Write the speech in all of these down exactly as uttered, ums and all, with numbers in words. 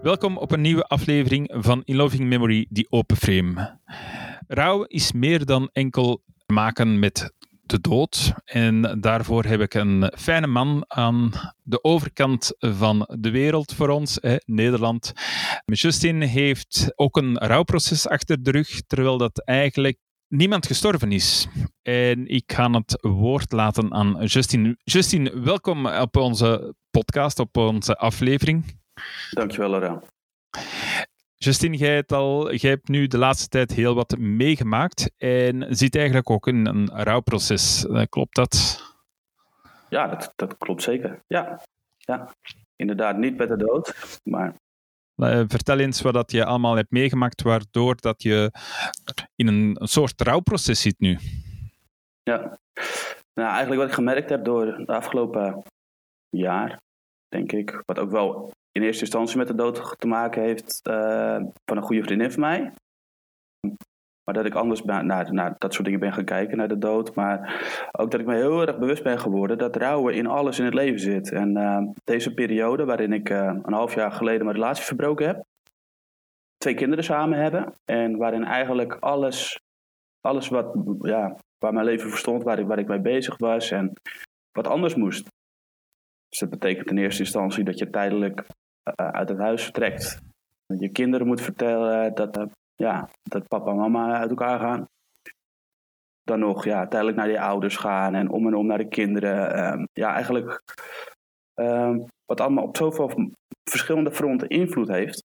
Welkom op een nieuwe aflevering van In Loving Memory, The Open Frame. Rouw is meer dan enkel maken met de dood. En daarvoor heb ik een fijne man aan de overkant van de wereld voor ons, hè, Nederland. Justin heeft ook een rouwproces achter de rug, terwijl dat eigenlijk niemand gestorven is. En ik ga het woord laten aan Justin. Justin, welkom op onze podcast, op onze aflevering. Dankjewel, Laurent. Justin, jij hebt, al, jij hebt nu de laatste tijd heel wat meegemaakt en zit eigenlijk ook in een rouwproces. Klopt dat? Ja, dat, dat klopt zeker. Ja. ja, inderdaad niet met de dood, maar... Vertel eens wat dat je allemaal hebt meegemaakt, waardoor dat je in een, een soort rouwproces zit nu. Ja, nou eigenlijk wat ik gemerkt heb door de afgelopen jaar, denk ik, wat ook wel in eerste instantie met de dood te maken heeft uh, van een goede vriendin van mij. Maar dat ik anders naar, naar, naar dat soort dingen ben gaan kijken, naar de dood. Maar ook dat ik me heel erg bewust ben geworden dat rouwen in alles in het leven zit. En uh, deze periode waarin ik uh, een half jaar geleden mijn relatie verbroken heb. Twee kinderen samen hebben. En waarin eigenlijk alles, alles wat, ja, waar mijn leven voor stond, waar ik, waar ik mee bezig was en wat anders moest. Dus dat betekent in eerste instantie dat je tijdelijk uh, uit het huis vertrekt. Dat je kinderen moet vertellen dat... Uh, Ja, dat papa en mama uit elkaar gaan. Dan nog ja, tijdelijk naar je ouders gaan en om en om naar de kinderen. Um, ja, eigenlijk um, wat allemaal op zoveel verschillende fronten invloed heeft.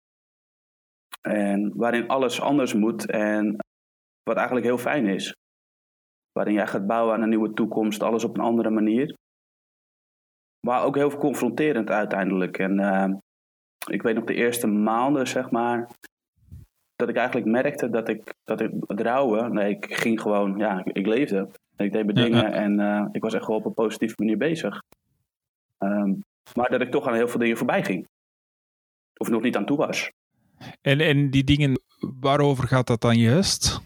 En waarin alles anders moet en wat eigenlijk heel fijn is. Waarin jij gaat bouwen aan een nieuwe toekomst, alles op een andere manier. Maar ook heel confronterend uiteindelijk. En uh, ik weet nog de eerste maanden, zeg maar... dat ik eigenlijk merkte dat ik, dat ik het rouwen... Nee, ik ging gewoon... Ja, ik, ik leefde. Ik deed mijn dingen ja, ja. en uh, ik was echt wel op een positieve manier bezig. Um, maar dat ik toch aan heel veel dingen voorbij ging. Of nog niet aan toe was. En, en die dingen, waarover gaat dat dan juist?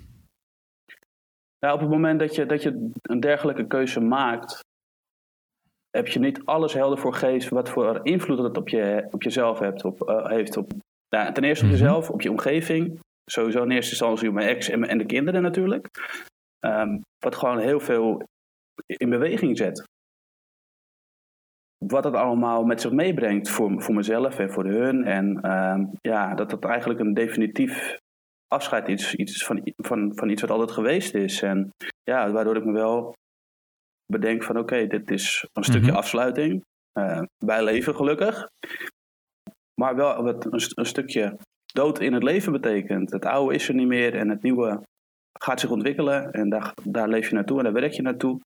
Nou, op het moment dat je, dat je een dergelijke keuze maakt... heb je niet alles helder voor geest... wat voor invloed dat op, je, op jezelf hebt, op, uh, heeft op... Nou, ten eerste op jezelf, op je omgeving. Sowieso in eerste instantie op mijn ex en, en de kinderen natuurlijk. Um, wat gewoon heel veel in beweging zet. Wat het allemaal met zich meebrengt voor, voor mezelf en voor hun. En um, ja, dat het eigenlijk een definitief afscheid is iets van, van, van iets wat altijd geweest is. En ja, waardoor ik me wel bedenk van oké, okay, dit is een stukje mm-hmm. afsluiting. Uh, wij leven gelukkig. Maar wel wat een, een stukje dood in het leven betekent. Het oude is er niet meer en het nieuwe gaat zich ontwikkelen. En daar, daar leef je naartoe en daar werk je naartoe.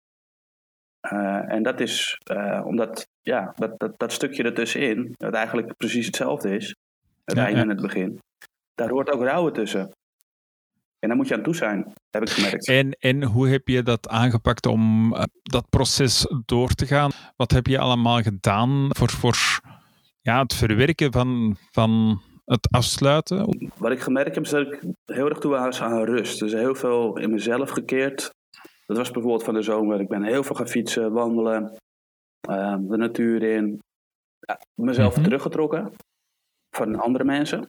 Uh, en dat is uh, omdat ja, dat, dat, dat stukje ertussenin, dat eigenlijk precies hetzelfde is. Het ja, einde ja. en het begin. Daar hoort ook rouwen tussen. En daar moet je aan toe zijn, heb ik gemerkt. En, en hoe heb je dat aangepakt om uh, dat proces door te gaan? Wat heb je allemaal gedaan voor... voor Ja, het verwerken van, van het afsluiten. Wat ik gemerkt heb is dat ik heel erg toe was aan rust. Dus heel veel in mezelf gekeerd. Dat was bijvoorbeeld van de zomer. Ik ben heel veel gaan fietsen, wandelen. Uh, de natuur in. Ja, mezelf mm-hmm. teruggetrokken. Van andere mensen.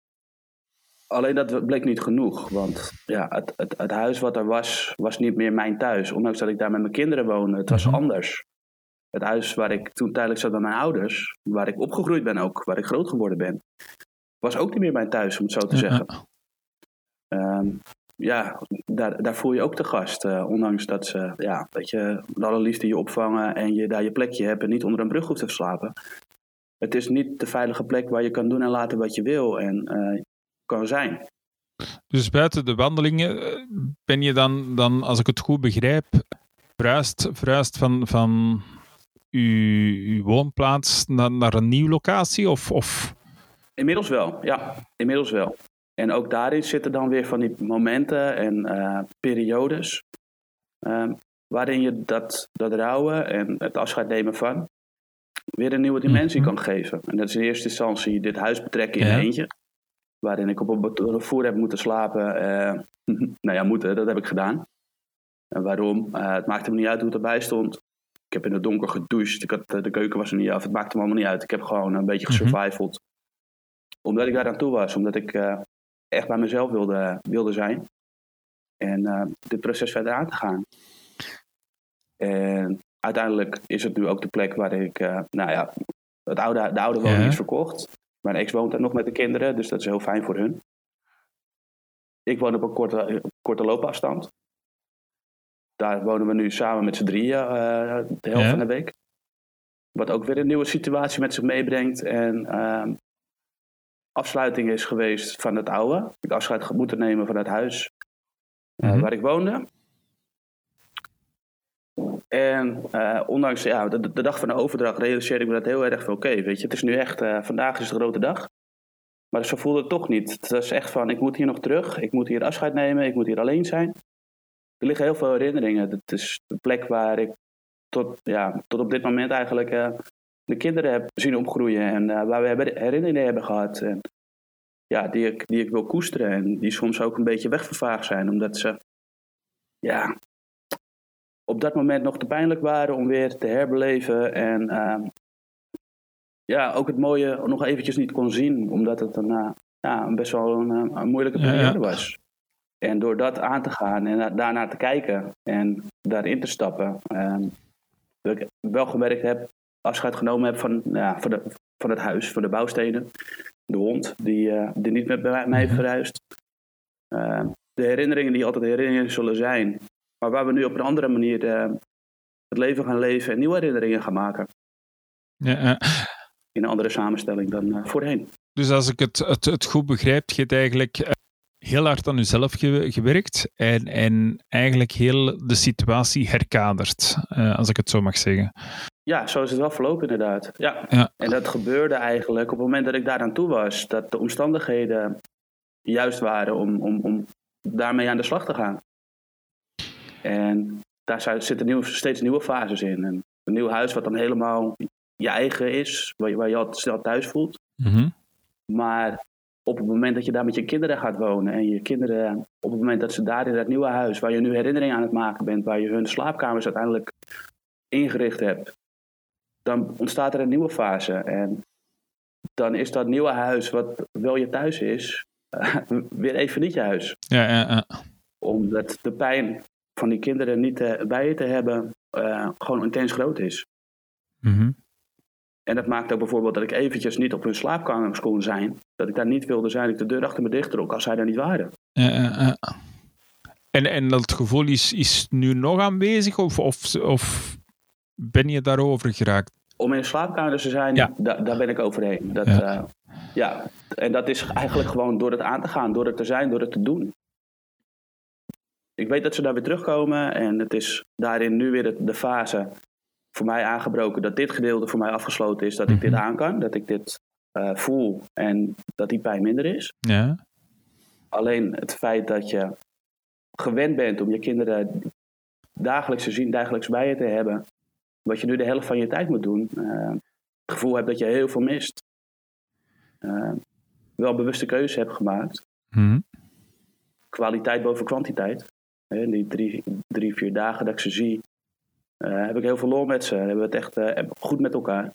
Alleen dat bleek niet genoeg. Want ja, het, het, het huis wat er was, was niet meer mijn thuis. Ondanks dat ik daar met mijn kinderen woonde. Het was mm-hmm. anders. Het huis waar ik toen tijdelijk zat bij mijn ouders, waar ik opgegroeid ben ook, waar ik groot geworden ben, was ook niet meer mijn thuis, om het zo te zeggen. Uh, um, ja, daar, daar voel je ook te gast. Uh, ondanks dat ze, ja, weet je, met alle liefde je opvangen en je daar je plekje hebt en niet onder een brug hoeft te slapen. Het is niet de veilige plek waar je kan doen en laten wat je wil en uh, kan zijn. Dus buiten de wandelingen ben je dan, dan als ik het goed begrijp, verhuisd, verhuisd van... van... Uw, uw woonplaats naar, naar een nieuwe locatie? Of, of? Inmiddels wel, ja. Inmiddels wel. En ook daarin zitten dan weer van die momenten en uh, periodes... Uh, waarin je dat, dat rouwen en het afscheid nemen van... weer een nieuwe dimensie mm-hmm. kan geven. En dat is in eerste instantie dit huis betrekken in ja. eentje... waarin ik op een voer heb moeten slapen. Uh, nou ja, moeten, dat heb ik gedaan. En waarom? Uh, het maakte me niet uit hoe het erbij stond... Ik heb in het donker gedoucht. Ik had, de keuken was er niet af. Het maakte me allemaal niet uit. Ik heb gewoon een beetje gesurvivald. omdat ik daar aan toe was. Omdat ik uh, echt bij mezelf wilde, wilde zijn. En uh, dit proces verder aan te gaan. En uiteindelijk is het nu ook de plek waar ik... Uh, nou ja, het oude, de oude woning ja. is verkocht. Mijn ex woont daar nog met de kinderen. Dus dat is heel fijn voor hun. Ik woon op een korte, korte loopafstand. Daar wonen we nu samen met z'n drieën uh, de helft ja. van de week. Wat ook weer een nieuwe situatie met zich meebrengt. En uh, afsluiting is geweest van het oude. Ik heb afscheid moeten nemen van het huis uh, mm-hmm. waar ik woonde. En uh, ondanks ja, de, de dag van de overdracht realiseerde ik me dat heel erg van... Oké, okay, weet je, het is nu echt... Uh, vandaag is de grote dag. Maar zo voelde het toch niet. Het was echt van, ik moet hier nog terug. Ik moet hier afscheid nemen. Ik moet hier alleen zijn. Er liggen heel veel herinneringen. Het is de plek waar ik tot, ja, tot op dit moment eigenlijk uh, de kinderen heb zien opgroeien. En uh, waar we herinneringen hebben gehad. En, ja, die ik, die ik wil koesteren. En die soms ook een beetje wegvervaagd zijn. Omdat ze ja, op dat moment nog te pijnlijk waren om weer te herbeleven. En uh, ja, ook het mooie nog eventjes niet kon zien. Omdat het een, uh, ja, best wel een, een moeilijke periode ja, ja. was. En door dat aan te gaan en daarnaar te kijken en daarin te stappen. Uh, dat ik wel gemerkt heb, afscheid genomen heb van, ja, van, de, van het huis, van de bouwstenen. De hond die, uh, die niet met mij heeft verhuisd. Uh, de herinneringen die altijd herinneringen zullen zijn. Maar waar we nu op een andere manier uh, het leven gaan leven en nieuwe herinneringen gaan maken. Ja, uh. In een andere samenstelling dan uh, voorheen. Dus als ik het, het, het goed begrijp, je hebt eigenlijk... Uh... heel hard aan jezelf ge- gewerkt en, en eigenlijk heel de situatie herkaderd, uh, als ik het zo mag zeggen. Ja, zo is het wel verlopen inderdaad. Ja. ja. En dat gebeurde eigenlijk op het moment dat ik daaraan toe was, dat de omstandigheden juist waren om, om, om daarmee aan de slag te gaan. En daar zitten nieuw, steeds nieuwe fases in. En een nieuw huis wat dan helemaal je eigen is, waar je, waar je altijd thuis voelt. Mm-hmm. Maar op het moment dat je daar met je kinderen gaat wonen en je kinderen, op het moment dat ze daar in dat nieuwe huis, waar je nu herinneringen aan het maken bent, waar je hun slaapkamers uiteindelijk ingericht hebt, dan ontstaat er een nieuwe fase. En dan is dat nieuwe huis, wat wel je thuis is, uh, weer even niet je huis. Ja, ja, ja. Omdat de pijn van die kinderen niet uh, bij je te hebben, uh, gewoon intens groot is. Mm-hmm. En dat maakt ook bijvoorbeeld dat ik eventjes niet op hun slaapkamers kon zijn. Dat ik daar niet wilde zijn. Dat ik de deur achter me dicht trok als zij daar niet waren. Uh, uh, uh. En, en dat gevoel is, is nu nog aanwezig? Of, of, of ben je daarover geraakt? Om in een slaapkamer te zijn, ja. da, daar ben ik overheen. Dat, ja. Uh, ja. En dat is eigenlijk gewoon door het aan te gaan. Door het te zijn, door het te doen. Ik weet dat ze daar weer terugkomen. En het is daarin nu weer de, de fase... voor mij aangebroken dat dit gedeelte voor mij afgesloten is. Dat ik dit aan kan. Dat ik dit uh, voel. En dat die pijn minder is. Ja. Alleen het feit dat je gewend bent om je kinderen dagelijks te zien. Dagelijks bij je te hebben. Wat je nu de helft van je tijd moet doen. Uh, het gevoel hebt dat je heel veel mist. Uh, wel bewuste keuze hebt gemaakt. Mm-hmm. Kwaliteit boven kwantiteit. Uh, die drie, drie, vier dagen dat ik ze zie. Uh, heb ik heel veel lol met ze. Hebben we het echt uh, goed met elkaar.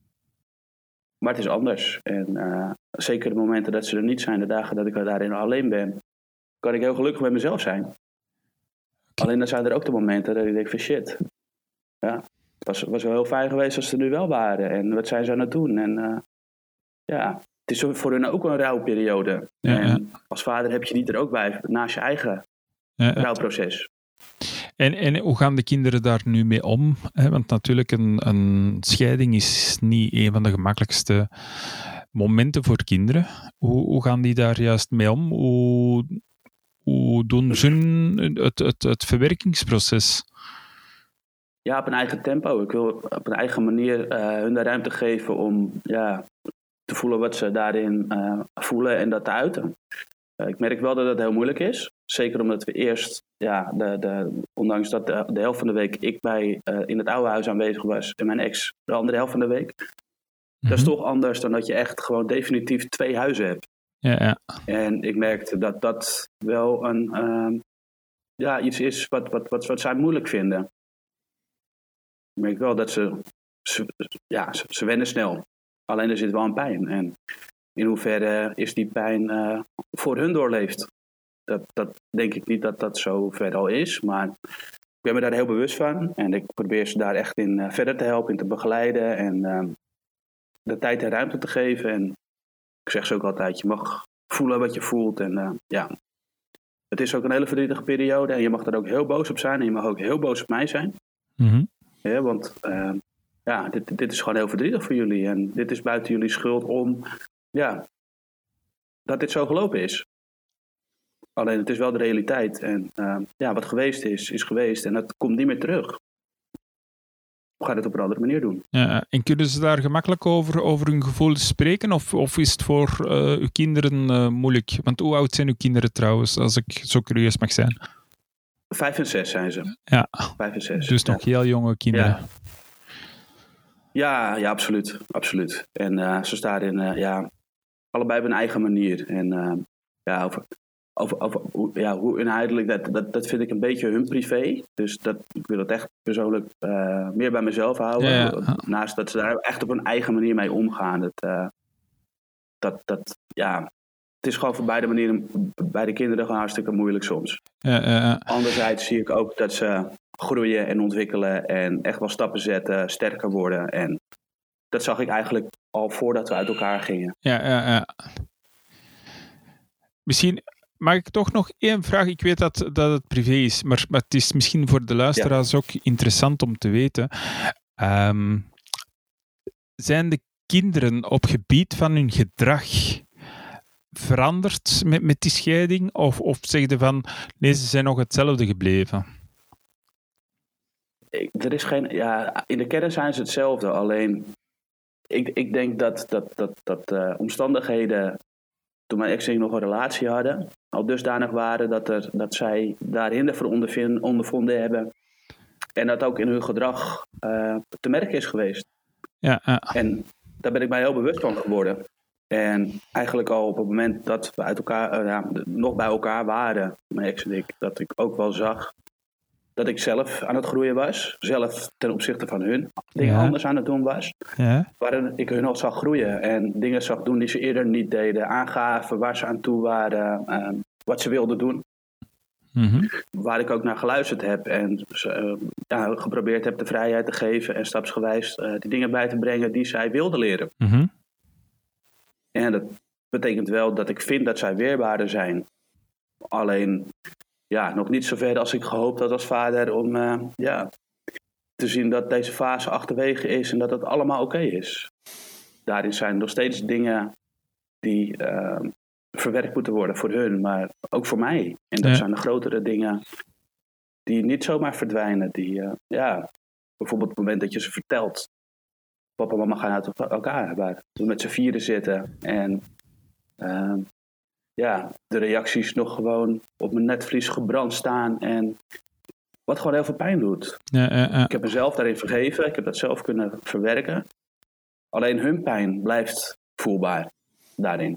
Maar het is anders. En uh, zeker de momenten dat ze er niet zijn, de dagen dat ik daarin alleen ben, kan ik heel gelukkig met mezelf zijn. Alleen dan zijn er ook de momenten dat ik denk van shit. Ja, het was, was wel heel fijn geweest als ze er nu wel waren. En wat zijn ze aan het doen? En uh, ja, het is voor hun ook een rouwperiode. Ja, en ja. als vader heb je die er ook bij, naast je eigen ja, ja. rouwproces. En, en hoe gaan de kinderen daar nu mee om? Want natuurlijk, een, een scheiding is niet een van de gemakkelijkste momenten voor kinderen. Hoe, hoe gaan die daar juist mee om? Hoe, hoe doen ze het, het, het verwerkingsproces? Ja, op een eigen tempo. Ik wil op een eigen manier uh, hun de ruimte geven om ja, te voelen wat ze daarin uh, voelen en dat te uiten. Uh, ik merk wel dat het heel moeilijk is. Zeker omdat we eerst, ja, de, de, ondanks dat de, de helft van de week ik bij, uh, in het oude huis aanwezig was en mijn ex de andere helft van de week. Mm-hmm. Dat is toch anders dan dat je echt gewoon definitief twee huizen hebt. Ja, ja. En ik merkte dat dat wel een, uh, ja, iets is wat, wat, wat, wat zij moeilijk vinden. Ik merk wel dat ze, ze, ja, ze, ze wennen snel. Alleen er zit wel een pijn. En in hoeverre is die pijn uh, voor hun doorleefd? Dat, dat denk ik niet dat dat zo ver al is, maar ik ben me daar heel bewust van. En ik probeer ze daar echt in uh, verder te helpen, in te begeleiden en uh, de tijd en ruimte te geven. En ik zeg ze ook altijd, je mag voelen wat je voelt. En uh, ja, het is ook een hele verdrietige periode en je mag er ook heel boos op zijn en je mag ook heel boos op mij zijn. Mm-hmm. Ja, want uh, ja, dit, dit is gewoon heel verdrietig voor jullie en dit is buiten jullie schuld om, ja, dat dit zo gelopen is. Alleen het is wel de realiteit en uh, ja, wat geweest is, is geweest en dat komt niet meer terug. We gaan het op een andere manier doen. Ja, en kunnen ze daar gemakkelijk over, over hun gevoelens spreken? Of, of is het voor uh, uw kinderen uh, moeilijk? Want hoe oud zijn uw kinderen trouwens, als ik zo curieus mag zijn? Vijf en zes zijn ze. Ja, Vijf en zes. Dus nog ja. heel jonge kinderen. Ja, ja, ja absoluut. absoluut. En uh, ze staan in, uh, ja, allebei op hun eigen manier. En uh, ja, over... Over, over ja, hoe inhoudelijk, dat, dat, dat vind ik een beetje hun privé. Dus dat, ik wil het echt persoonlijk uh, meer bij mezelf houden. Ja, ja. Naast dat ze daar echt op hun eigen manier mee omgaan. Dat, uh, dat, dat, ja, het is gewoon voor beide manieren, beide kinderen gewoon hartstikke moeilijk soms. Ja, ja, ja. Anderzijds zie ik ook dat ze groeien en ontwikkelen en echt wel stappen zetten, sterker worden. En dat zag ik eigenlijk al voordat we uit elkaar gingen. Ja, ja, ja. Misschien... Mag ik toch nog één vraag? Ik weet dat, dat het privé is, maar, maar het is misschien voor de luisteraars ja. ook interessant om te weten. Um, zijn de kinderen op gebied van hun gedrag veranderd met, met die scheiding? Of, of zeg je van, nee, ze zijn nog hetzelfde gebleven? Ik, er is geen, ja, in de kern zijn ze hetzelfde, alleen ik, ik denk dat, dat, dat, dat uh, omstandigheden... toen mijn ex en ik nog een relatie hadden, al dusdanig waren dat, er, dat zij daarin ervoor ondervonden hebben. En dat ook in hun gedrag uh, te merken is geweest. Ja, uh. En daar ben ik mij heel bewust van geworden. En eigenlijk al op het moment dat we uit elkaar, uh, ja, nog bij elkaar waren, mijn ex en ik, dat ik ook wel zag dat ik zelf aan het groeien was. Zelf ten opzichte van hun dingen ja. anders aan het doen was. Ja. Waarin ik hun al zag groeien en dingen zag doen die ze eerder niet deden. Aangaven waar ze aan toe waren, uh, wat ze wilden doen. Mm-hmm. Waar ik ook naar geluisterd heb en uh, ja, geprobeerd heb de vrijheid te geven en stapsgewijs uh, die dingen bij te brengen die zij wilden leren. Mm-hmm. En dat betekent wel dat ik vind dat zij weerbaarder zijn. Alleen... ja, nog niet zo ver als ik gehoopt had als vader om uh, ja, te zien dat deze fase achterwege is en dat het allemaal oké is. Daarin zijn nog steeds dingen die uh, verwerkt moeten worden voor hun, maar ook voor mij. En dat ja. zijn de grotere dingen die niet zomaar verdwijnen. Die, uh, ja, bijvoorbeeld op het moment dat je ze vertelt, papa en mama gaan uit elkaar, waar we met z'n vieren zitten en... Uh, ja, de reacties nog gewoon op mijn netvlies gebrand staan en wat gewoon heel veel pijn doet. Ja, ja, ja. Ik heb mezelf daarin vergeven, ik heb dat zelf kunnen verwerken. Alleen hun pijn blijft voelbaar daarin.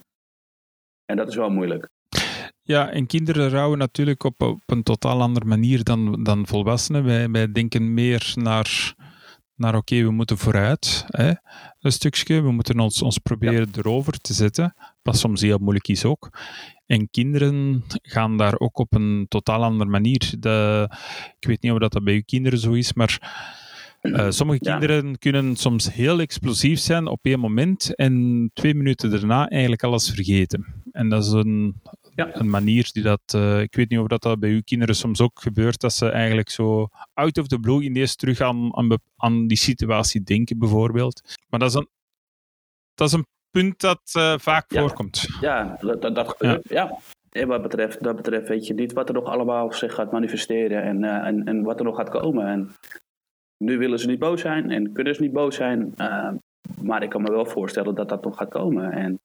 En dat is wel moeilijk. Ja, en kinderen rouwen natuurlijk op, op een totaal andere manier dan, dan volwassenen. Wij, wij denken meer naar... naar oké, okay, we moeten vooruit, hè, een stukje. We moeten ons, ons proberen ja. erover te zetten, wat soms heel moeilijk is ook. En kinderen gaan daar ook op een totaal andere manier. De, ik weet niet of dat bij uw kinderen zo is, maar uh, sommige ja. kinderen kunnen soms heel explosief zijn op één moment en twee minuten daarna eigenlijk alles vergeten. En dat is een... Ja. Een manier die dat... Uh, ik weet niet of dat, dat bij uw kinderen soms ook gebeurt, dat ze eigenlijk zo out of the blue ineens terug aan, aan, aan die situatie denken, bijvoorbeeld. Maar dat is een, dat is een punt dat uh, vaak ja. voorkomt. Ja, dat, dat gebeurt. Ja. ja. En wat betreft, dat betreft weet je niet wat er nog allemaal zich gaat manifesteren en, uh, en, en wat er nog gaat komen. En nu willen ze niet boos zijn en kunnen ze niet boos zijn. Uh, maar ik kan me wel voorstellen dat dat nog gaat komen. En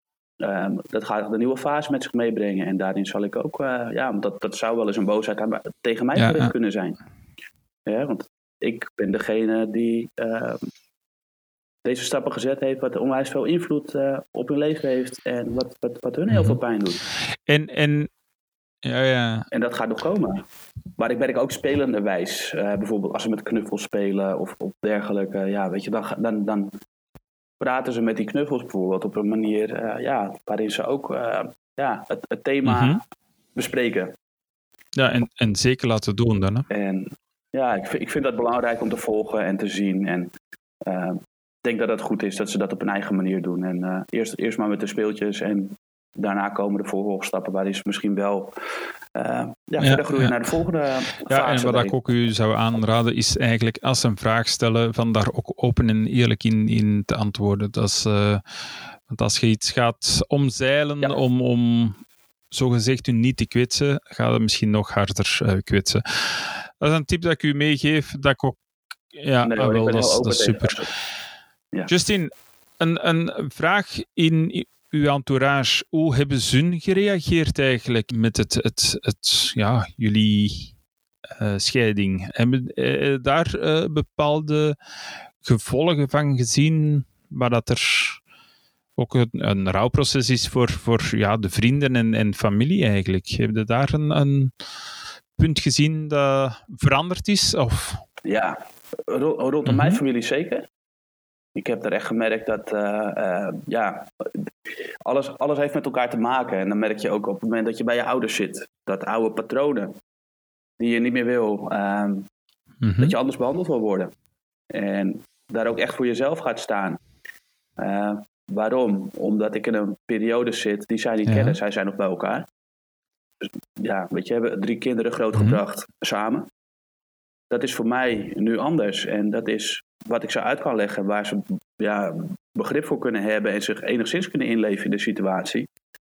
Um, dat gaat een nieuwe fase met zich meebrengen. En daarin zal ik ook... Uh, ja, dat, dat zou wel eens een boosheid aan, tegen mij ja, ja. kunnen zijn. Ja, want ik ben degene die uh, deze stappen gezet heeft... wat onwijs veel invloed uh, op hun leven heeft... en wat, wat, wat hun heel veel pijn doet. En... en... Ja, ja. En dat gaat nog komen. Maar ik merk ook spelenderwijs. Uh, bijvoorbeeld als ze met knuffels spelen of, of dergelijke. Ja, weet je, dan... dan, dan praten ze met die knuffels bijvoorbeeld op een manier uh, ja, waarin ze ook uh, ja, het, het thema mm-hmm. bespreken. Ja, en, en zeker laten doen dan. Hè? En ja, ik vind, ik vind dat belangrijk om te volgen en te zien. En uh, ik denk dat het goed is dat ze dat op hun eigen manier doen. En uh, eerst, eerst maar met de speeltjes en daarna komen de vervolgstappen waarin ze misschien wel uh, ja, ja, verder groeien ja. naar de volgende ja, fase. En wat ik ook u zou aanraden is eigenlijk als ze een vraag stellen van daar ook open en eerlijk in, in te antwoorden. Dat is, uh, want als je iets gaat omzeilen ja. om, om zogezegd u niet te kwetsen, gaat het misschien nog harder uh, kwetsen. Dat is een tip dat ik u meegeef, dat ik ook ja, nee, ah, wel, dat, is, dat is super. Ja. Justin, een, een vraag in uw entourage. Hoe hebben ze gereageerd eigenlijk met het, het, het ja, jullie uh, scheiding? Hebben uh, daar uh, bepaalde gevolgen van gezien, waar dat er ook een, een rouwproces is voor, voor ja, de vrienden en, en familie eigenlijk? Heb je daar een, een punt gezien dat veranderd is? Of? Ja, ro- rondom mm-hmm. mijn familie zeker. Ik heb er echt gemerkt dat uh, uh, ja, alles, alles heeft met elkaar te maken. En dan merk je ook op het moment dat je bij je ouders zit. Dat oude patronen die je niet meer wil. Uh, mm-hmm. Dat je anders behandeld wil worden. En daar ook echt voor jezelf gaat staan. Uh, waarom? Omdat ik in een periode zit die zij niet ja. kennen. Zij zijn nog bij elkaar. Dus ja, weet je, we hebben drie kinderen grootgebracht mm-hmm. samen. Dat is voor mij nu anders. En dat is wat ik ze uit kan leggen. Waar ze ja, begrip voor kunnen hebben. En zich enigszins kunnen inleven in de situatie.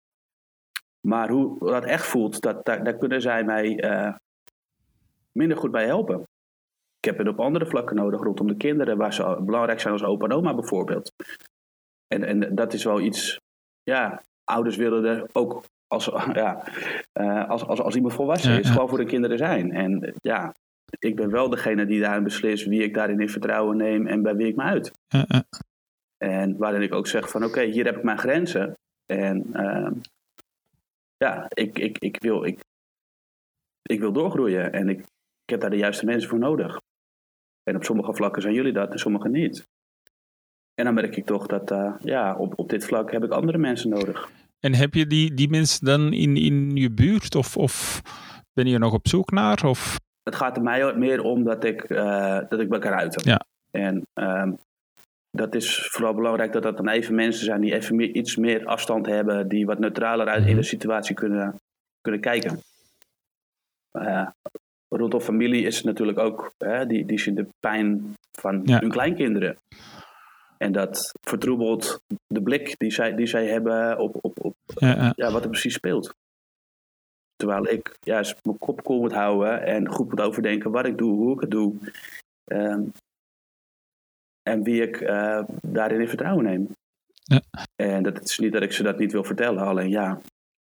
Maar hoe dat echt voelt. Dat, daar, daar kunnen zij mij uh, minder goed bij helpen. Ik heb het op andere vlakken nodig. Rondom de kinderen. Waar ze belangrijk zijn als opa en oma bijvoorbeeld. En, en dat is wel iets. Ja, ouders willen er ook. Als, ja, uh, als, als, als iemand volwassen is. Ja, ja. Gewoon voor de kinderen zijn. En ja. Ik ben wel degene die daarin beslist wie ik daarin in vertrouwen neem en bij wie ik me uit. Uh, uh. En waarin ik ook zeg van oké, okay, hier heb ik mijn grenzen. En uh, ja, ik, ik, ik, wil, ik, ik wil doorgroeien en ik, ik heb daar de juiste mensen voor nodig. En op sommige vlakken zijn jullie dat en sommige niet. En dan merk ik toch dat uh, ja, op, op dit vlak heb ik andere mensen nodig. En heb je die, die mensen dan in, in je buurt of, of ben je nog op zoek naar? Of... Het gaat er mij meer om dat ik, uh, dat ik me kan uiten. Ja. En um, dat is vooral belangrijk dat dat dan even mensen zijn die even meer, iets meer afstand hebben. Die wat neutraler uit in de situatie kunnen, kunnen kijken. Uh, rondom familie is het natuurlijk ook, hè, die, die zien de pijn van ja. hun kleinkinderen. En dat vertroebelt de blik die zij, die zij hebben op, op, op ja, ja. Ja, wat er precies speelt. Terwijl ik juist mijn kop koel moet houden en goed moet overdenken wat ik doe, hoe ik het doe. Um, en wie ik uh, daarin in vertrouwen neem. Ja. En dat is niet dat ik ze dat niet wil vertellen, alleen ja,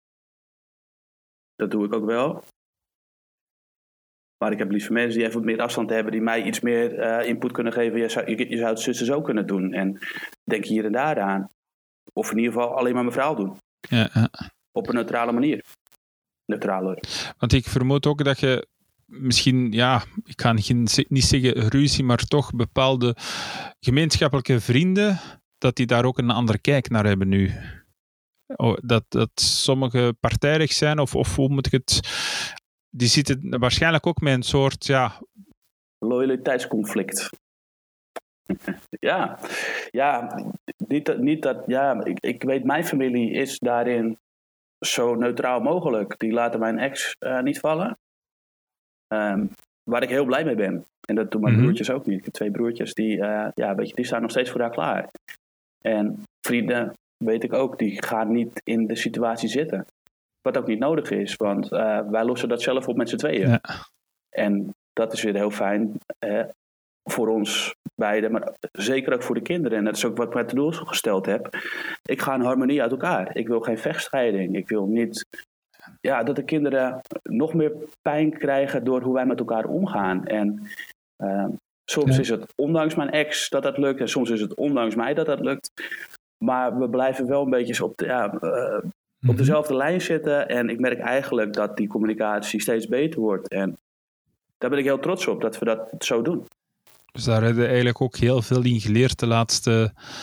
dat doe ik ook wel. Maar ik heb liever mensen die even wat meer afstand hebben, die mij iets meer uh, input kunnen geven. Je zou, je, je zou het zussen zo kunnen doen. En denk hier en daar aan. Of in ieder geval alleen maar mijn verhaal doen. Ja, ja. Op een neutrale manier. Neutraler. Want ik vermoed ook dat je misschien, ja, ik ga niet, niet zeggen ruzie, maar toch bepaalde gemeenschappelijke vrienden, dat die daar ook een andere kijk naar hebben nu. Oh, dat, dat sommige partijdig zijn, of, of hoe moet ik het... Die zitten waarschijnlijk ook met een soort, ja... loyaliteitsconflict. ja, ja, niet, niet dat, ja, ik, ik weet, mijn familie is daarin zo neutraal mogelijk. Die laten mijn ex uh, niet vallen. Um, waar ik heel blij mee ben. En dat doen mijn mm-hmm. broertjes ook niet. Ik heb twee broertjes, die, uh, ja, weet je, die staan nog steeds voor haar klaar. En vrienden, weet ik ook, die gaan niet in de situatie zitten. Wat ook niet nodig is, want uh, wij lossen dat zelf op met z'n tweeën. Ja. En dat is weer heel fijn uh, voor ons beiden, maar zeker ook voor de kinderen. En dat is ook wat ik met de doel gesteld heb. Ik ga in harmonie uit elkaar. Ik wil geen vechtscheiding. Ik wil niet ja, dat de kinderen nog meer pijn krijgen door hoe wij met elkaar omgaan. En uh, soms ja. is het ondanks mijn ex dat dat lukt en soms is het ondanks mij dat dat lukt. Maar we blijven wel een beetje op de... Ja, uh, op dezelfde lijn zitten en ik merk eigenlijk dat die communicatie steeds beter wordt. En daar ben ik heel trots op, dat we dat zo doen. Dus daar hebben we eigenlijk ook heel veel in geleerd de laatste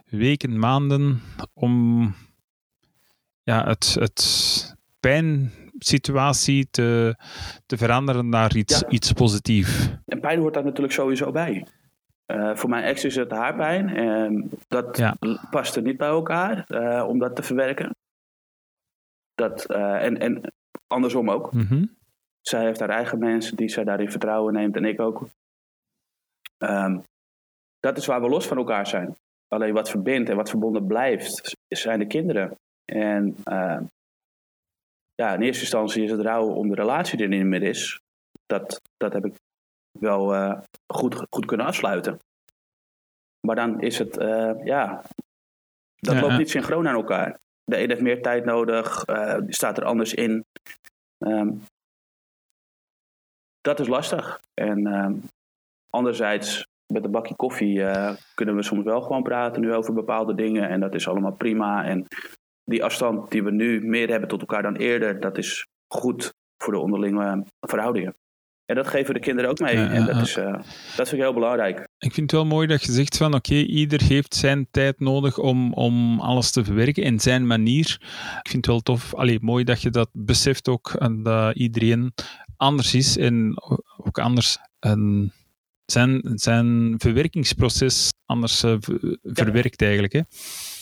weken, maanden om ja, het, het pijnsituatie te, te veranderen naar iets, Ja. iets positiefs. En pijn hoort daar natuurlijk sowieso bij. Uh, voor mijn ex is het haarpijn. En dat Ja. paste niet bij elkaar uh, om dat te verwerken. Dat, uh, en, en andersom ook. Mm-hmm. Zij heeft haar eigen mensen die zij daarin vertrouwen neemt en ik ook. Um, dat is waar we los van elkaar zijn. Alleen wat verbindt en wat verbonden blijft, zijn de kinderen. En uh, ja, in eerste instantie is het rouwen om de relatie die er niet meer is. Dat, dat heb ik wel uh, goed, goed kunnen afsluiten. Maar dan is het, uh, ja, dat ja, loopt ja. niet synchroon aan elkaar. De een heeft meer tijd nodig, uh, die staat er anders in. Um, dat is lastig. En um, anderzijds, met een bakje koffie uh, kunnen we soms wel gewoon praten nu over bepaalde dingen. En dat is allemaal prima. En die afstand die we nu meer hebben tot elkaar dan eerder, dat is goed voor de onderlinge verhoudingen. En dat geven de kinderen ook mee. Ja, ja, en dat, ja. is, uh, dat vind ik heel belangrijk. Ik vind het wel mooi dat je zegt van oké, okay, ieder heeft zijn tijd nodig om, om alles te verwerken en zijn manier. Ik vind het wel tof, allee, mooi dat je dat beseft ook en dat iedereen anders is en ook anders en zijn, zijn verwerkingsproces anders uh, ver, ja. verwerkt eigenlijk. Hè.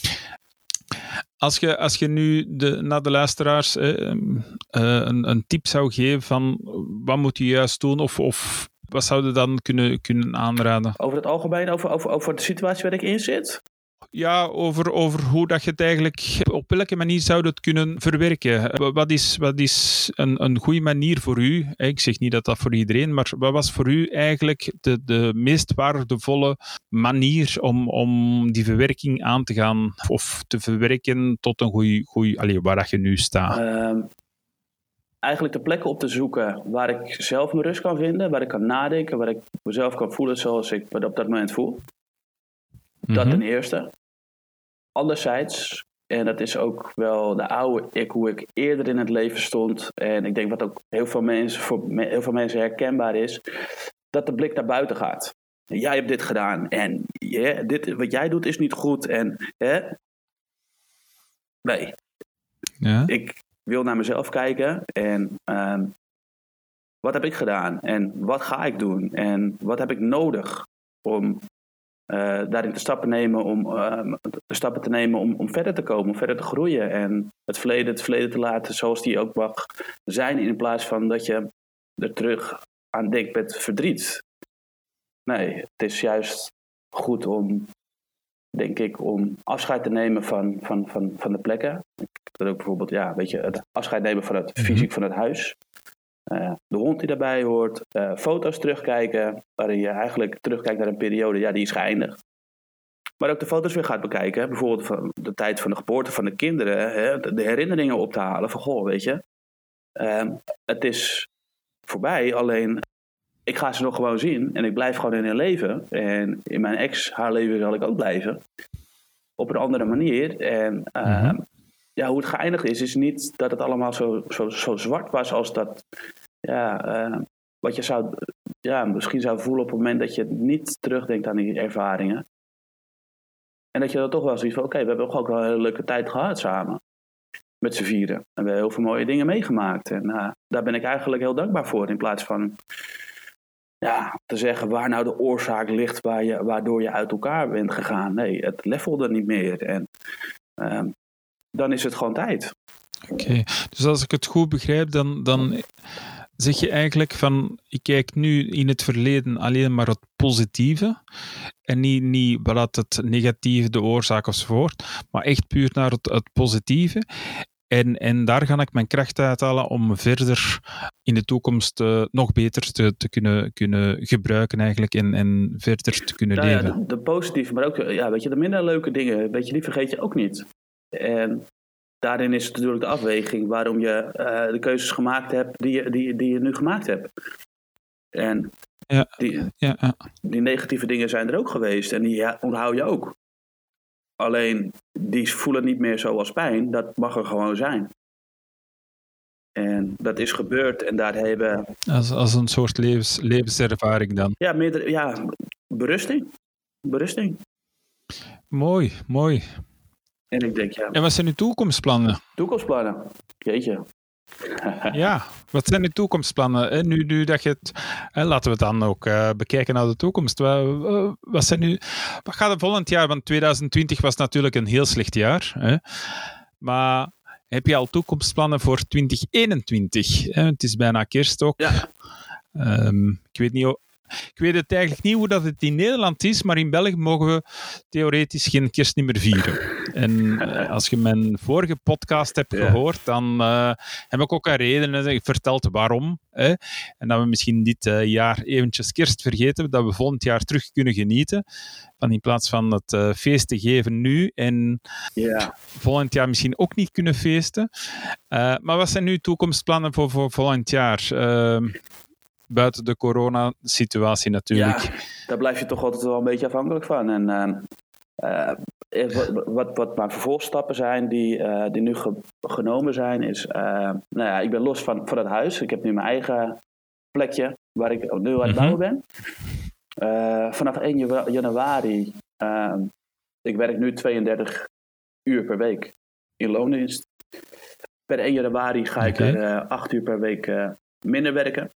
Als je, als je nu de, naar de luisteraars eh, uh, een, een tip zou geven van wat moet je juist doen of, of wat zouden dan kunnen, kunnen aanraden? Over het algemeen, over, over, over de situatie waar ik in zit? Ja, over, over hoe dat je het eigenlijk, op welke manier zou je het kunnen verwerken? Wat is, wat is een, een goede manier voor u? Ik zeg niet dat dat voor iedereen, maar wat was voor u eigenlijk de, de meest waardevolle manier om, om die verwerking aan te gaan of te verwerken tot een goede, goede allee, waar dat je nu staat? Uh, eigenlijk de plekken op te zoeken waar ik zelf mijn rust kan vinden, waar ik kan nadenken, waar ik mezelf kan voelen zoals ik me op dat moment voel. Dat mm-hmm. ten eerste. Anderzijds, en dat is ook wel de oude ik, hoe ik eerder in het leven stond. En ik denk wat ook heel veel mensen, voor heel veel mensen herkenbaar is. Dat de blik naar buiten gaat. Jij hebt dit gedaan. En yeah, dit, wat jij doet is niet goed. En hè? Nee. Ja. Ik wil naar mezelf kijken. En um, wat heb ik gedaan? En wat ga ik doen? En wat heb ik nodig om... Uh, daarin te stappen nemen om uh, de stappen te nemen om, om verder te komen, om verder te groeien en het verleden het verleden te laten zoals die ook mag zijn, in plaats van dat je er terug aan denkt met verdriet. Nee, het is juist goed om, denk ik, om afscheid te nemen van, van, van, van de plekken. Dat ook bijvoorbeeld, ja, weet je, het afscheid nemen van het fysiek van het huis. Uh, de hond die daarbij hoort, uh, foto's terugkijken, waarin je eigenlijk terugkijkt naar een periode, ja, die is geëindigd. Maar ook de foto's weer gaat bekijken, hè, bijvoorbeeld van de tijd van de geboorte van de kinderen, hè, de, de herinneringen op te halen van, goh, weet je, uh, het is voorbij, alleen ik ga ze nog gewoon zien en ik blijf gewoon in hun leven. En in mijn ex, haar leven zal ik ook blijven, op een andere manier. En uh, mm-hmm. ja, hoe het geëindigd is, is niet dat het allemaal zo, zo, zo zwart was als dat, ja, uh, wat je zou, ja, misschien zou voelen op het moment dat je niet terugdenkt aan die ervaringen. En dat je dan toch wel zoiets van, oké, okay, we hebben ook wel een hele leuke tijd gehad samen. Met z'n vieren. En we hebben heel veel mooie dingen meegemaakt. En uh, daar ben ik eigenlijk heel dankbaar voor. In plaats van, ja, te zeggen waar nou de oorzaak ligt waar je, waardoor je uit elkaar bent gegaan. Nee, het levelde niet meer. En uh, dan is het gewoon tijd. Oké, okay. Dus als ik het goed begrijp, dan, dan zeg je eigenlijk van, ik kijk nu in het verleden alleen maar het positieve en niet, niet wat het negatieve, de oorzaak enzovoort, maar echt puur naar het, het positieve. En, en daar ga ik mijn kracht uithalen om verder in de toekomst uh, nog beter te, te kunnen, kunnen gebruiken eigenlijk en, en verder te kunnen nou leven. Ja, de, de positieve, maar ook ja, weet je, de minder leuke dingen, weet je, die vergeet je ook niet. En daarin is het natuurlijk de afweging waarom je uh, de keuzes gemaakt hebt die je, die, die je nu gemaakt hebt. En ja, die, ja, ja. die negatieve dingen zijn er ook geweest en die ja, onthoud je ook. Alleen, die voelen niet meer zo als pijn. Dat mag er gewoon zijn. En dat is gebeurd en daar hebben... Als, als een soort levens, levenservaring dan? Ja, meerdere, ja, berusting. Berusting. Mooi, mooi. En ik denk, ja... En wat zijn uw toekomstplannen? Toekomstplannen? Jeetje. Ja, wat zijn uw toekomstplannen? Nu, nu dat je het... Laten we het dan ook uh, bekijken naar de toekomst. Wat, wat, zijn nu, wat gaat er volgend jaar? Want twintig twintig was natuurlijk een heel slecht jaar. Hè? Maar heb je al toekomstplannen voor twintig eenentwintig? Hè? Het is bijna kerst ook. Ja. Um, ik weet niet... Ik weet het eigenlijk niet hoe dat het in Nederland is, maar in België mogen we theoretisch geen kerst niet meer vieren. En uh, als je mijn vorige podcast hebt ja. gehoord, dan uh, heb ik ook een reden uh, verteld waarom. Hè? En dat we misschien dit uh, jaar eventjes kerst vergeten, dat we volgend jaar terug kunnen genieten. Van in plaats van het uh, feest te geven nu en ja. volgend jaar misschien ook niet kunnen feesten. Uh, maar wat zijn nu toekomstplannen voor, voor volgend jaar? Uh, Buiten de coronasituatie natuurlijk. Ja, daar blijf je toch altijd wel een beetje afhankelijk van. En uh, uh, wat, wat, wat mijn vervolgstappen zijn die, uh, die nu ge, genomen zijn, is... Uh, nou ja, ik ben los van, van het huis. Ik heb nu mijn eigen plekje waar ik nu aan het bouwen ben. Uh, vanaf één januari... Uh, ik werk nu tweeëndertig uur per week in loondienst. Per één januari ga ik okay. er uh, acht uur per week uh, minder werken.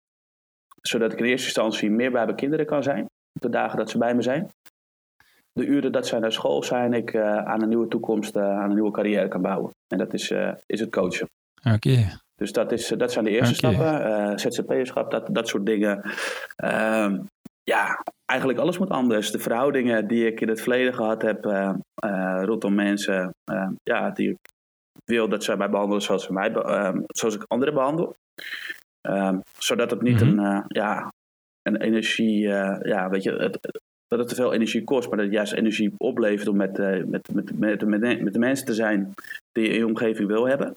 Zodat ik in eerste instantie meer bij mijn kinderen kan zijn. Op de dagen dat ze bij me zijn. De uren dat zij naar school zijn, ik uh, aan een nieuwe toekomst, uh, aan een nieuwe carrière kan bouwen. En dat is, uh, is het coachen. Oké. Okay. Dus dat, is, dat zijn de eerste okay. stappen. Uh, Z Z P'erschap, dat, dat soort dingen. Uh, ja, eigenlijk alles moet anders. De verhoudingen die ik in het verleden gehad heb uh, uh, rondom mensen. Uh, ja, die ik wil dat zij mij behandelen zoals, mij, uh, zoals ik anderen behandel. Um, zodat het niet mm-hmm. een, uh, ja, een energie, uh, ja, weet je, het, dat het te veel energie kost, maar dat het juist energie oplevert om met, uh, met, met, met, met, met de mensen te zijn die je in je omgeving wil hebben.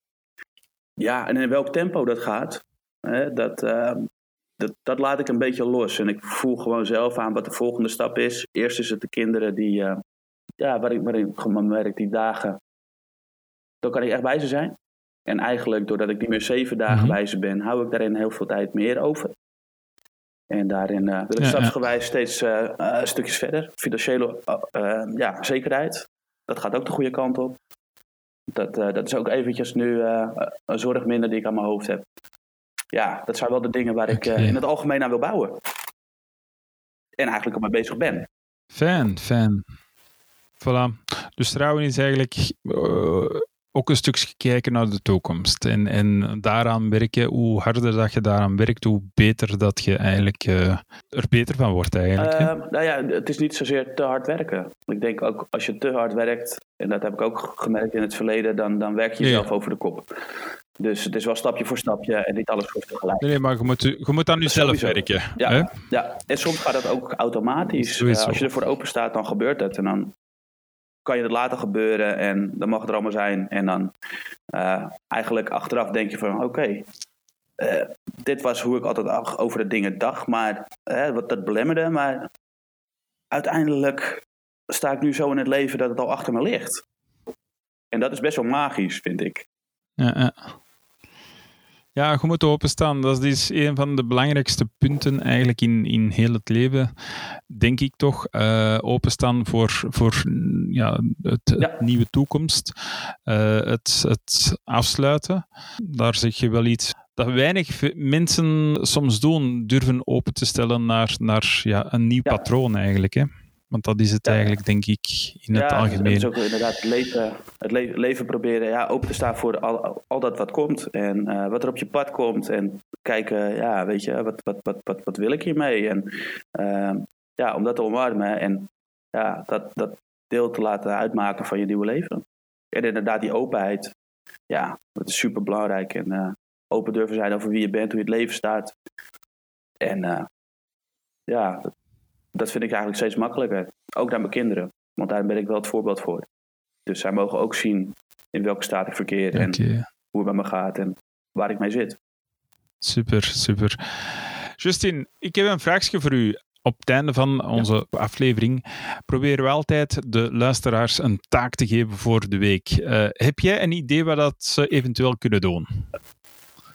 Ja, en in welk tempo dat gaat, hè, dat, uh, dat, dat laat ik een beetje los. En ik voel gewoon zelf aan wat de volgende stap is. Eerst is het de kinderen die, uh, ja, waar ik, waar ik gewoon merk, die dagen, dan kan ik echt bij ze zijn. En eigenlijk, doordat ik niet meer zeven dagen mm-hmm. bij ze ben, hou ik daarin heel veel tijd meer over. En daarin uh, wil ik ja, stapsgewijs ja. steeds uh, uh, stukjes verder. Financiële uh, uh, ja, zekerheid, dat gaat ook de goede kant op. Dat, uh, dat is ook eventjes nu uh, een zorg minder die ik aan mijn hoofd heb. Ja, dat zijn wel de dingen waar ik uh, in het algemeen aan wil bouwen. En eigenlijk al mee bezig ben. Fijn, fijn. Voilà. Dus trouwen is eigenlijk... Uh... ook een stukje kijken naar de toekomst. En, en daaraan werken, hoe harder dat je daaraan werkt, hoe beter dat je eigenlijk uh, er beter van wordt eigenlijk. Uh, nou ja, het is niet zozeer te hard werken. Ik denk ook, als je te hard werkt, en dat heb ik ook gemerkt in het verleden, dan, dan werk je jezelf ja. over de kop. Dus het is wel stapje voor stapje en niet alles voor tegelijk. Nee, maar je moet, je moet aan jezelf werken. Ja, hè? ja, en soms gaat dat ook automatisch. Uh, als je ervoor open staat, dan gebeurt het. En dan kan je het laten gebeuren en dan mag het er allemaal zijn. En dan uh, eigenlijk achteraf denk je van oké, okay, uh, dit was hoe ik altijd over de dingen dacht, maar uh, wat dat belemmerde. Maar uiteindelijk sta ik nu zo in het leven dat het al achter me ligt. En dat is best wel magisch, vind ik. Ja, ja. Ja, je moet openstaan. Dat is een van de belangrijkste punten eigenlijk in, in heel het leven, denk ik toch. Uh, openstaan voor, voor ja, het, het ja. nieuwe toekomst. Uh, het, het afsluiten. Daar zeg je wel iets dat weinig mensen soms doen, durven open te stellen naar, naar ja, een nieuw ja. patroon eigenlijk, hè. Want dat is het ja. eigenlijk, denk ik, in het ja, algemeen. Ja, het is ook inderdaad het leven, het le- leven proberen ja, open te staan voor al, al dat wat komt. En uh, wat er op je pad komt. En kijken, ja, weet je, wat, wat, wat, wat, wat wil ik hiermee? En uh, ja, om dat te omarmen. En ja, dat, dat deel te laten uitmaken van je nieuwe leven. En inderdaad, die openheid. Ja, dat is super belangrijk. En uh, open durven zijn over wie je bent, hoe je het leven staat. En uh, ja... Dat, Dat vind ik eigenlijk steeds makkelijker. Ook naar mijn kinderen. Want daar ben ik wel het voorbeeld voor. Dus zij mogen ook zien in welke staat ik verkeer. En okay. hoe het met me gaat. En waar ik mee zit. Super, super. Justin, ik heb een vraagje voor u. Op het einde van onze ja. aflevering proberen we altijd de luisteraars een taak te geven voor de week. Uh, heb jij een idee wat dat ze eventueel kunnen doen?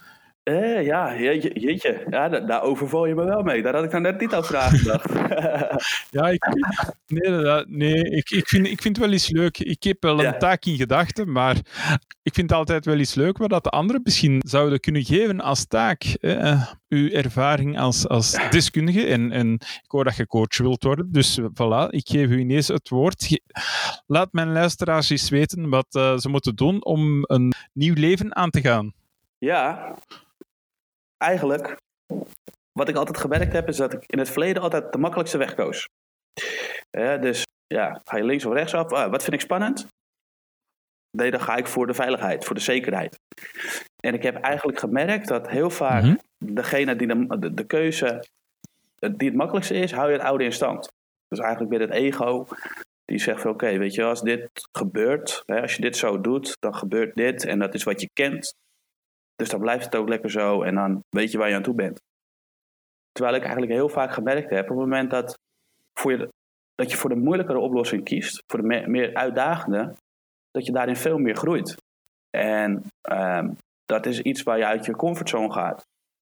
Eh, ja, jeetje. jeetje. Ja, da- daar overval je me wel mee. Daar had ik nou net niet over nagedacht. Ja, ik, nee, dat, nee ik, ik, vind, ik vind het wel eens leuk. Ik heb wel een Ja. taak in gedachten, maar ik vind het altijd wel eens leuk wat dat de anderen misschien zouden kunnen geven als taak. Hè? Uw ervaring als, als deskundige. En, en ik hoor dat je coach wilt worden, dus voilà, ik geef u ineens het woord. Ge- Laat mijn luisteraars eens weten wat uh, ze moeten doen om een nieuw leven aan te gaan. Ja, eigenlijk, wat ik altijd gemerkt heb, is dat ik in het verleden altijd de makkelijkste weg koos. Eh, dus ja, ga je links of rechts af? Ah, wat vind ik spannend? Nee, dan ga ik voor de veiligheid, voor de zekerheid. En ik heb eigenlijk gemerkt dat heel vaak Mm-hmm. degene die de, de, de keuze die het makkelijkste is, hou je het oude in stand. Dus eigenlijk weer het ego die zegt van oké, okay, weet je, als dit gebeurt, hè, als je dit zo doet, dan gebeurt dit en dat is wat je kent. Dus dan blijft het ook lekker zo en dan weet je waar je aan toe bent. Terwijl ik eigenlijk heel vaak gemerkt heb, op het moment dat, voor je, dat je voor de moeilijkere oplossing kiest, voor de meer, meer uitdagende, dat je daarin veel meer groeit. En um, dat is iets waar je uit je comfortzone gaat.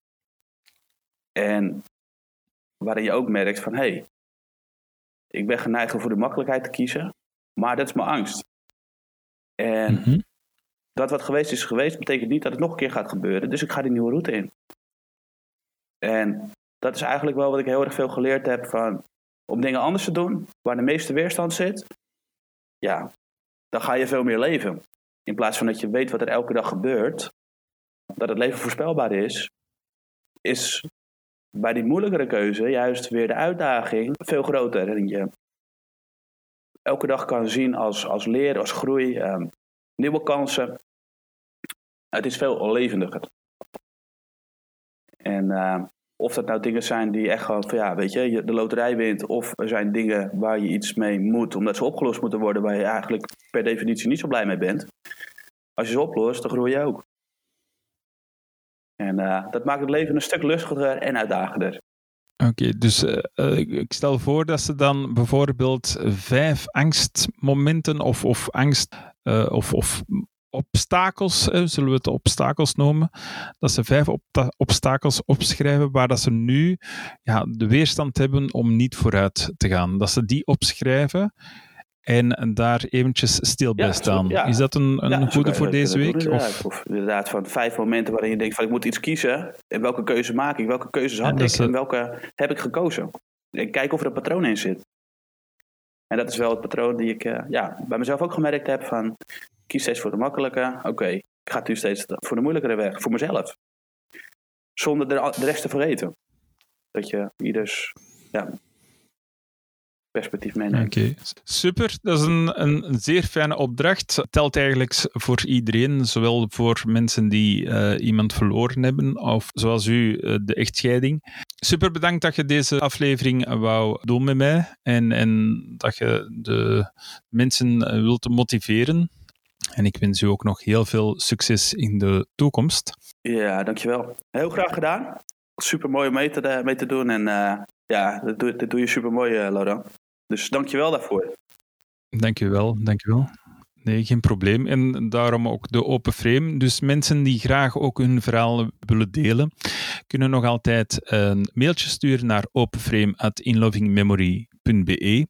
En waarin je ook merkt van, hé, hey, ik ben geneigd om voor de makkelijkheid te kiezen, maar dat is mijn angst. En Mm-hmm. dat wat geweest is geweest, betekent niet dat het nog een keer gaat gebeuren. Dus ik ga die nieuwe route in. En dat is eigenlijk wel wat ik heel erg veel geleerd heb van, om dingen anders te doen, waar de meeste weerstand zit, ja, dan ga je veel meer leven. In plaats van dat je weet wat er elke dag gebeurt, dat het leven voorspelbaar is, is bij die moeilijkere keuze juist weer de uitdaging veel groter. En je elke dag kan zien als, als leren, als groei, um, nieuwe kansen. Het is veel levendiger. En uh, of dat nou dingen zijn die echt gewoon van ja, weet je, je de loterij wint, of er zijn dingen waar je iets mee moet, omdat ze opgelost moeten worden, waar je eigenlijk per definitie niet zo blij mee bent. Als je ze oplost, dan groei je ook. En uh, dat maakt het leven een stuk lustiger en uitdagender. Oké, okay, dus uh, ik stel voor dat ze dan bijvoorbeeld vijf angstmomenten of, of angst uh, of, of obstakels, uh, zullen we het obstakels noemen, dat ze vijf op- obstakels opschrijven waar dat ze nu ja, de weerstand hebben om niet vooruit te gaan. Dat ze die opschrijven en daar eventjes stil bij ja, staan. Ja. Is dat een, een ja, goede voor deze week? Doen, of? of inderdaad van vijf momenten waarin je denkt van ik moet iets kiezen. En welke keuze maak ik? Welke keuzes had ik? En welke heb ik gekozen? En kijk of er een patroon in zit. En dat is wel het patroon die ik uh, ja, bij mezelf ook gemerkt heb van kies steeds voor de makkelijke. Oké, okay, ik ga nu steeds voor de moeilijkere weg. Voor mezelf. Zonder de, de rest te vergeten. Dat je ieders ja, perspectief meeneemt. Oké, okay. Super. Dat is een, een zeer fijne opdracht. Het telt eigenlijk voor iedereen, zowel voor mensen die uh, iemand verloren hebben, of zoals u uh, de echtscheiding. Super bedankt dat je deze aflevering wou doen met mij en, en dat je de mensen uh, wilt motiveren. En ik wens u ook nog heel veel succes in de toekomst. Ja, dankjewel. Heel graag gedaan. Super mooi om mee te, mee te doen. En uh, ja, dat doe, dat doe je super mooi, uh, Laurent. Dus dankjewel daarvoor. Dankjewel, dankjewel. Nee, geen probleem. En daarom ook de open frame. Dus mensen die graag ook hun verhaal willen delen, kunnen nog altijd een mailtje sturen naar openframe at inlovingmemory punt be.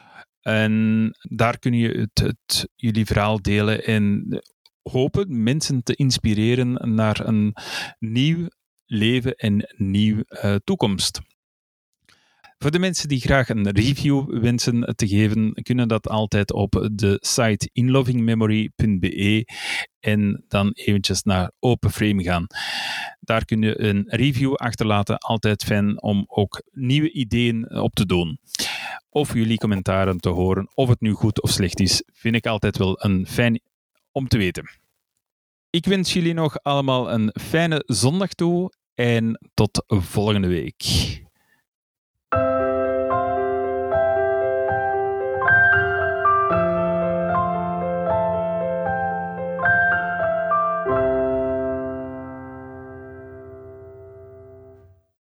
En daar kun je het, het, jullie verhaal delen en hopen mensen te inspireren naar een nieuw leven en nieuw uh, toekomst. Voor de mensen die graag een review wensen te geven, kunnen dat altijd op de site inlovingmemory punt be en dan eventjes naar openframe gaan. Daar kun je een review achterlaten, altijd fijn om ook nieuwe ideeën op te doen. Of jullie commentaren te horen, of het nu goed of slecht is, vind ik altijd wel een fijn om te weten. Ik wens jullie nog allemaal een fijne zondag toe en tot volgende week.